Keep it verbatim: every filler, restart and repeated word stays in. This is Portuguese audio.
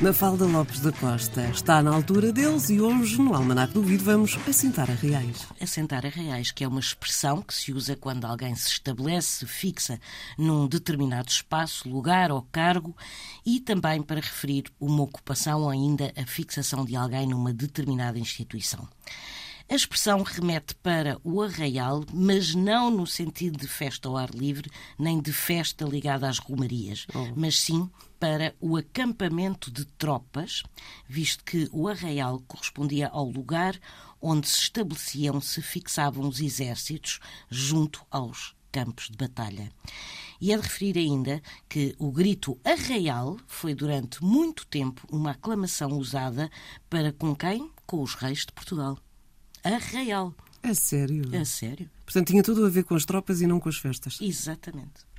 Mafalda Lopes da Costa está na altura deles e hoje, no Almanaque do Vídeo, vamos assentar arraiais. Assentar arraiais, que é uma expressão que se usa quando alguém se estabelece, fixa num determinado espaço, lugar ou cargo, e também para referir uma ocupação ou ainda a fixação de alguém numa determinada instituição. A expressão remete para o arraial, mas não no sentido de festa ao ar livre, nem de festa ligada às romarias, oh. mas sim para o acampamento de tropas, visto que o arraial correspondia ao lugar onde se estabeleciam, se fixavam os exércitos junto aos campos de batalha. E é de referir ainda que o grito arraial foi durante muito tempo uma aclamação usada para com quem? Com os reis de Portugal. Arraial. A sério? A sério. Portanto, tinha tudo a ver com as tropas e não com as festas. Exatamente.